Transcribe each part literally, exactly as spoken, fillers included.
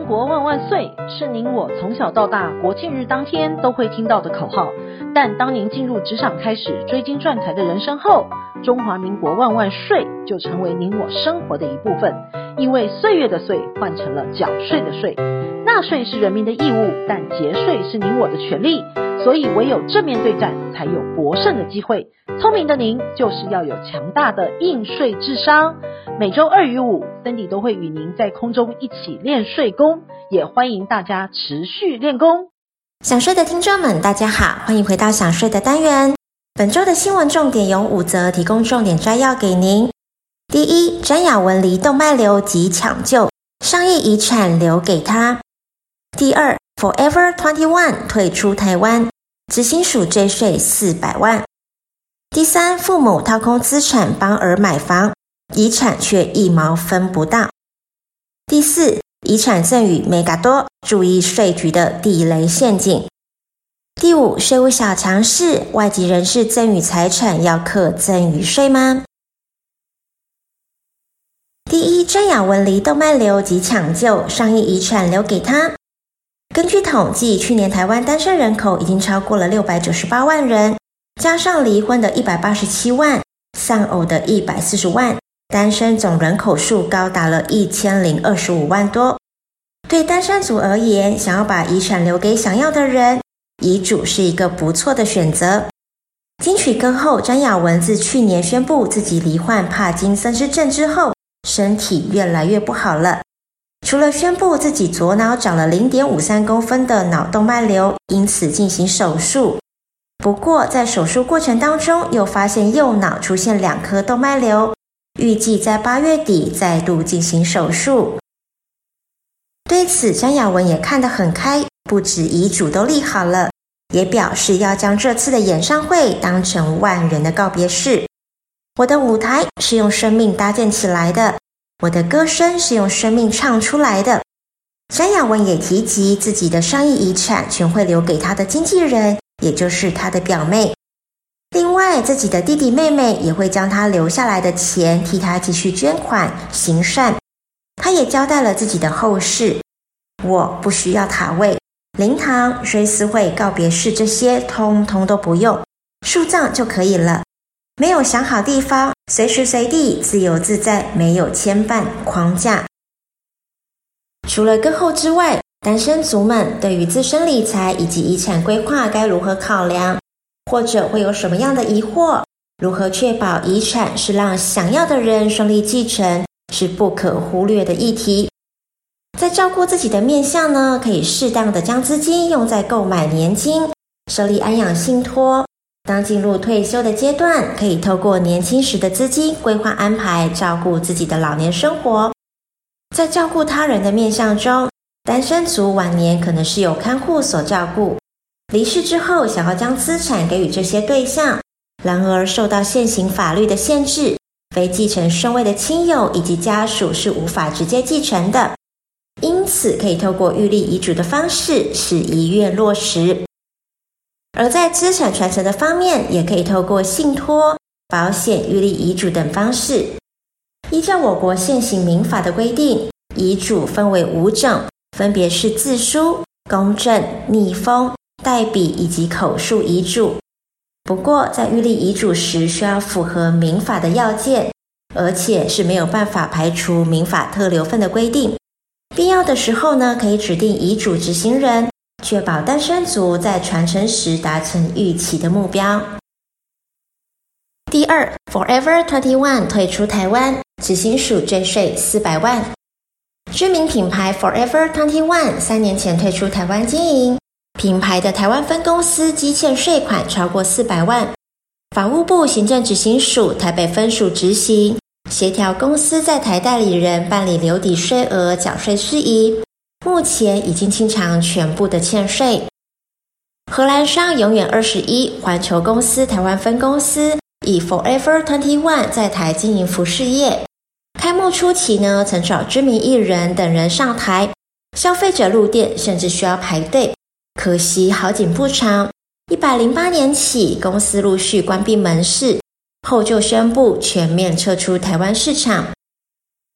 国万万岁是您我从小到大国庆日当天都会听到的口号，但当您进入职场开始追金赚财的人生后，中华民国万万岁就成为您我生活的一部分，因为岁月的岁换成了缴税的税。纳税是人民的义务，但节税是您我的权利，所以唯有正面对战才有博胜的机会。聪明的您就是要有强大的应税智商。每周二与五 Cindy 都会与您在空中一起练税功，也欢迎大家持续练功。 想睡的听众们大家好，欢迎回到想睡的单元。本周的新闻重点有五则，提供重点摘要给您。第一，詹雅雯离动脉瘤及抢救，上亿遗产留给他。第二， Forever 二十一 退出台湾，执行署追税四百万。第三，父母掏空资产帮儿买房，遗产却一毛分不到。第四，遗产赠与美嘎多，注意税局的地雷陷阱。第五，税务小常识，外籍人士赠与财产要课赠与税吗？第一，詹雅雯离动脉瘤及抢救，上亿遗产留给他。根据统计，去年台湾单身人口已经超过了六百九十八万人，加上离婚的一百八十七万，丧偶的一百四十万，单身总人口数高达了一千零二十五万多。对单身族而言，想要把遗产留给想要的人，遗嘱是一个不错的选择。金曲歌后詹雅雯自去年宣布自己罹患帕金森氏症之后，身体越来越不好了。除了宣布自己左脑长了 零点五三公分的脑动脉瘤，因此进行手术。不过在手术过程当中，又发现右脑出现两颗动脉瘤，预计在八月底再度进行手术。对此，詹雅雯也看得很开，不止遗嘱都立好了，也表示要将这次的演唱会当成万人的告别式。我的舞台是用生命搭建起来的，我的歌声是用生命唱出来的。詹雅雯也提及自己的上亿遗产全会留给她的经纪人，也就是她的表妹。另外，自己的弟弟妹妹也会将她留下来的钱替她继续捐款行善。她也交代了自己的后事，我不需要塔位、灵堂、追思会、告别式，这些通通都不用，树葬就可以了。没有想好地方，随时随地自由自在，没有牵绊框架。除了歌后之外，单身族们对于自身理财以及遗产规划该如何考量，或者会有什么样的疑惑？如何确保遗产是让想要的人顺利继承，是不可忽略的议题。在照顾自己的面向呢，可以适当的将资金用在购买年金、设立安养信托。当进入退休的阶段，可以透过年轻时的资金规划安排，照顾自己的老年生活。在照顾他人的面向中，单身族晚年可能是由看护所照顾，离世之后想要将资产给予这些对象，然而受到现行法律的限制，非继承顺位的亲友以及家属是无法直接继承的，因此可以透过预立遗嘱的方式使遗愿落实。而在资产传承的方面，也可以透过信托、保险、预立遗嘱等方式。依照我国现行民法的规定，遗嘱分为五种，分别是自书、公证、逆封、代笔以及口述遗嘱。不过在预立遗嘱时需要符合民法的要件，而且是没有办法排除民法特留份的规定。必要的时候呢，可以指定遗嘱执行人，确保单身族在传承时达成预期的目标。第二， Forever 二十一 退出台湾，执行署追税四百万。知名品牌 Forever 二十一 三年前退出台湾经营，品牌的台湾分公司积欠税款超过四百万。法务部行政执行署台北分署执行，协调公司在台代理人办理留抵税额缴税事宜，目前已经清偿全部的欠税。荷兰商永远二十一环球公司台湾分公司以 Forever 二十一 在台经营服饰业。开幕初期呢，曾找知名艺人等人上台，消费者入店甚至需要排队。可惜好景不长，一百零八年起公司陆续关闭门市，后就宣布全面撤出台湾市场。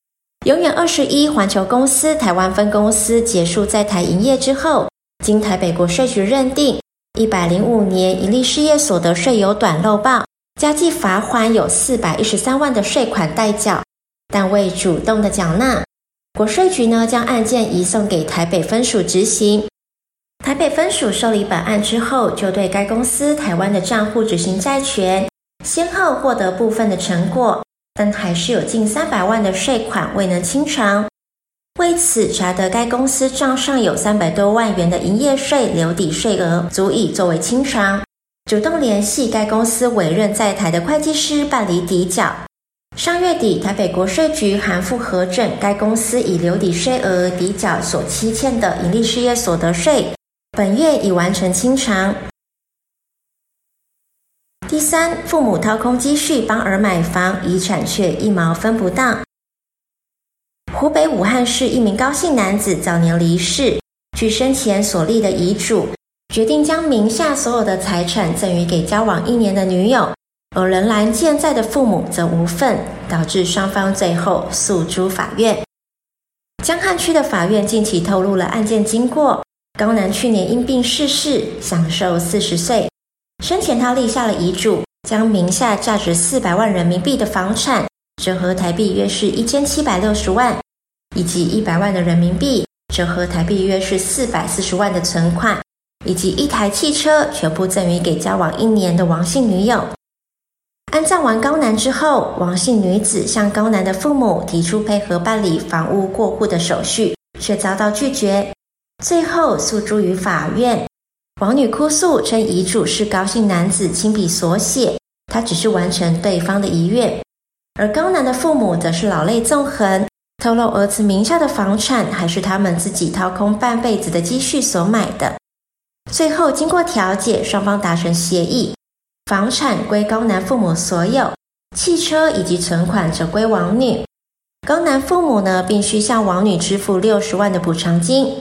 永远二十一环球公司台湾分公司结束在台营业之后，经台北国税局认定一百零五年营利事业所得税有短漏报，加计罚款有四百一十三万的税款待缴，但未主动的缴纳。国税局呢将案件移送给台北分署执行。台北分署受理本案之后，就对该公司台湾的账户执行债权，先后获得部分的成果，但还是有近三百万的税款未能清偿。为此查得该公司账上有三百多万元的营业税留抵税额，足以作为清偿，主动联系该公司委任在台的会计师办理抵缴。上月底，台北国税局函复核准该公司以留抵税额抵缴所期欠的营利事业所得税，本月已完成清偿。第三，父母掏空积蓄帮儿买房，遗产却一毛分不到。湖北武汉市一名高姓男子早年离世，据生前所立的遗嘱，决定将名下所有的财产赠予给交往一年的女友，而仍然健在的父母则无份，导致双方最后诉诸法院。江汉区的法院近期透露了案件经过，高男去年因病逝世，享寿四十岁。生前他立下了遗嘱，将名下价值四百万人民币的房产，折合台币约是一千七百六十万，以及一百万的人民币，折合台币约是四百四十万的存款，以及一台汽车，全部赠予给交往一年的王姓女友。安葬完高男之后，王姓女子向高男的父母提出配合办理房屋过户的手续，却遭到拒绝，最后诉诸于法院。王女哭诉称遗嘱是高姓男子亲笔所写，他只是完成对方的遗愿。而高男的父母则是老泪纵横，透露儿子名下的房产还是他们自己掏空半辈子的积蓄所买的。最后经过调解，双方达成协议，房产归高男父母所有，汽车以及存款则归王女。高男父母呢，必须向王女支付六十万的补偿金。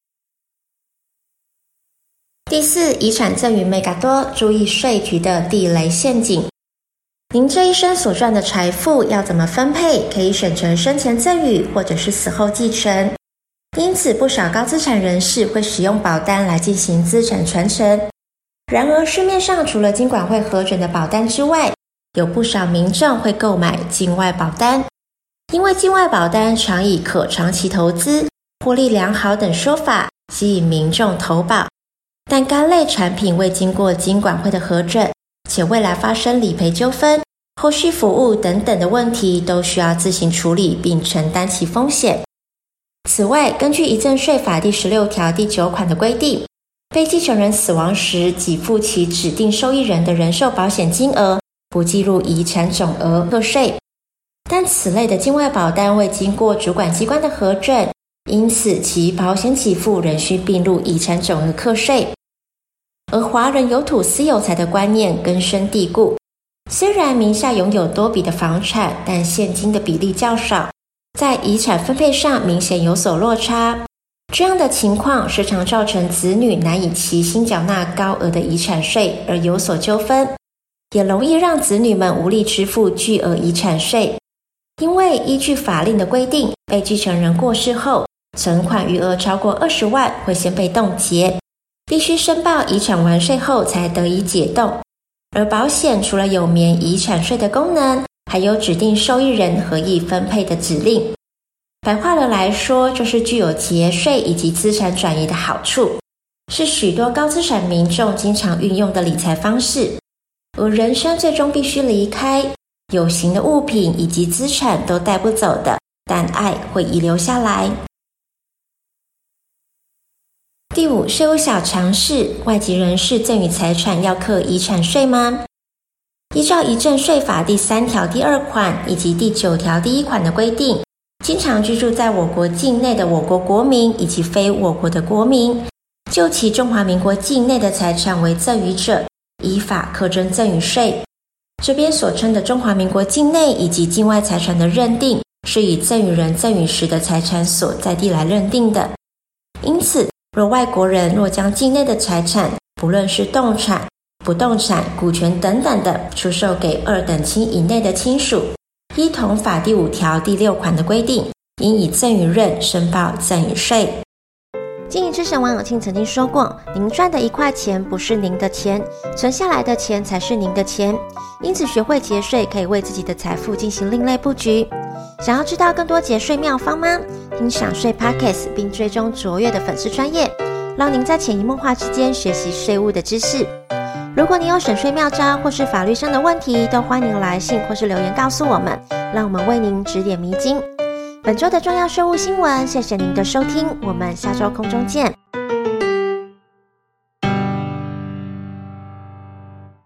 第四，遗产赠与美嘎多，注意税局的地雷陷阱。您这一生所赚的财富要怎么分配，可以选择生前赠与或者是死后继承。因此不少高资产人士会使用保单来进行资产传承。然而市面上除了金管会核准的保单之外，有不少民众会购买境外保单。因为境外保单常以可长期投资、获利良好等说法吸引民众投保，但该类产品未经过金管会的核准，且未来发生理赔纠纷、后续服务等等的问题都需要自行处理并承担其风险。此外，根据遗赠税法第十六条第九款的规定，被继承人死亡时给付其指定受益人的人寿保险金额，不计入遗产总额课税。但此类的境外保单未经过主管机关的核准，因此其保险给付仍需并入遗产总额课税。而华人有土私有财的观念根深蒂固，虽然名下拥有多笔的房产，但现金的比例较少，在遗产分配上明显有所落差。这样的情况时常造成子女难以齐心缴纳高额的遗产税而有所纠纷，也容易让子女们无力支付巨额遗产税。因为依据法令的规定，被继承人过世后，存款余额超过二十万会先被冻结，必须申报遗产完税后才得以解冻。而保险除了有免遗产税的功能，还有指定受益人合意分配的指令。白话的来说，就是具有节税以及资产转移的好处，是许多高资产民众经常运用的理财方式。而人生最终必须离开，有形的物品以及资产都带不走的，但爱会遗留下来。第五，税务小常识，外籍人士赠与财产要课遗产税吗？依照遗赠税法第三条第二款以及第九条第一款的规定，经常居住在我国境内的我国国民以及非我国的国民，就其中华民国境内的财产为赠与者，依法课征赠与税。这边所称的中华民国境内以及境外财产的认定，是以赠与人赠与时的财产所在地来认定的。因此，若外国人若将境内的财产，不论是动产、不动产、股权等等的，出售给二等亲以内的亲属，依同法第五条第六款的规定， 应以赠与润申报赠与税。经营之神王永庆曾经说过，您赚的一块钱不是您的钱，存下来的钱才是您的钱。因此学会节税可以为自己的财富进行另类布局。想要知道更多节税妙方吗？听享税 Podcast 并追踪卓越的粉丝专页，让您在潜移默化之间学习税务的知识。如果你有省税妙招或是法律上的问题，都欢迎来信或是留言告诉我们，让我们为您指点迷津。本周的重要税务新闻，谢谢您的收听，我们下周空中见。